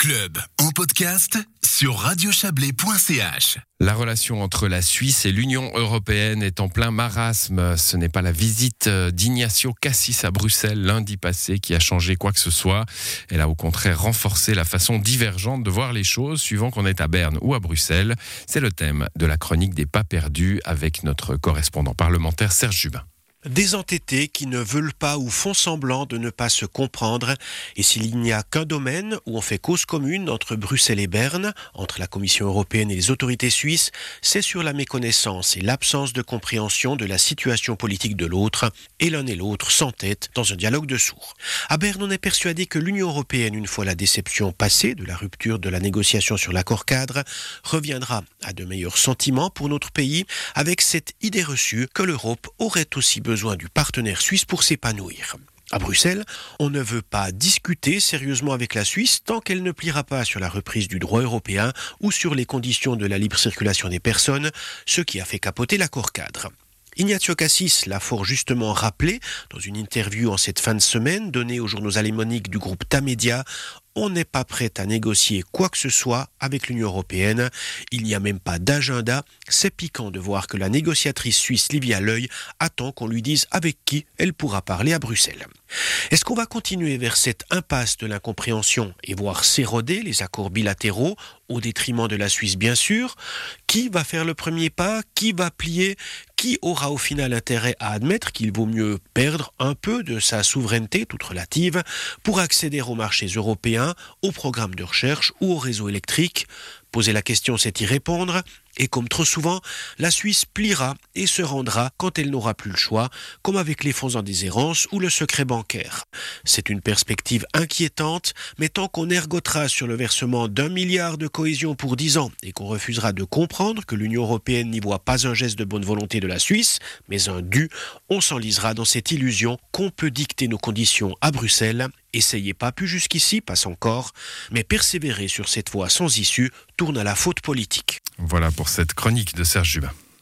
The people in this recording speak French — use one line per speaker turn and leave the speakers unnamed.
club en podcast sur radiochablais.ch.
La relation entre la Suisse et l'Union européenne est en plein marasme. Ce n'est pas la visite d'Ignacio Cassis à Bruxelles lundi passé qui a changé quoi que ce soit. Elle a au contraire renforcé la façon divergente de voir les choses suivant qu'on est à Berne ou à Bruxelles. C'est le thème de la chronique des pas perdus avec notre correspondant parlementaire Serge Jubin.
Des entêtés qui ne veulent pas ou font semblant de ne pas se comprendre. Et s'il n'y a qu'un domaine où on fait cause commune entre Bruxelles et Berne, entre la Commission européenne et les autorités suisses, c'est sur la méconnaissance et l'absence de compréhension de la situation politique de l'autre. Et l'un et l'autre s'entêtent dans un dialogue de sourds. À Berne, on est persuadé que l'Union européenne, une fois la déception passée de la rupture de la négociation sur l'accord cadre, reviendra à de meilleurs sentiments pour notre pays, avec cette idée reçue que l'Europe aurait aussi besoin du partenaire suisse pour s'épanouir. À Bruxelles, on ne veut pas discuter sérieusement avec la Suisse tant qu'elle ne pliera pas sur la reprise du droit européen ou sur les conditions de la libre circulation des personnes, ce qui a fait capoter l'accord cadre. Ignacio Cassis l'a fort justement rappelé dans une interview en cette fin de semaine donnée aux journaux alémaniques du groupe Tamedia. On n'est pas prêt à négocier quoi que ce soit avec l'Union européenne. Il n'y a même pas d'agenda. C'est piquant de voir que la négociatrice suisse Livia L'Oeil attend qu'on lui dise avec qui elle pourra parler à Bruxelles. Est-ce qu'on va continuer vers cette impasse de l'incompréhension et voir s'éroder les accords bilatéraux au détriment de la Suisse bien sûr? Qui va faire le premier pas? Qui va plier? Qui aura au final intérêt à admettre qu'il vaut mieux perdre un peu de sa souveraineté toute relative pour accéder aux marchés européens, aux programmes de recherche ou au réseau électrique? Poser la question, c'est y répondre. Et comme trop souvent, la Suisse pliera et se rendra quand elle n'aura plus le choix, comme avec les fonds en déshérence ou le secret bancaire. C'est une perspective inquiétante, mais tant qu'on ergotera sur le versement d'1 milliard de cohésion pour 10 ans et qu'on refusera de comprendre que l'Union européenne n'y voit pas un geste de bonne volonté de la Suisse, mais un dû, on s'enlisera dans cette illusion qu'on peut dicter nos conditions à Bruxelles. Essayez pas plus jusqu'ici, passe encore, mais persévérer sur cette voie sans issue tourne à la faute politique.
Voilà pour cette chronique de Serge Jubin.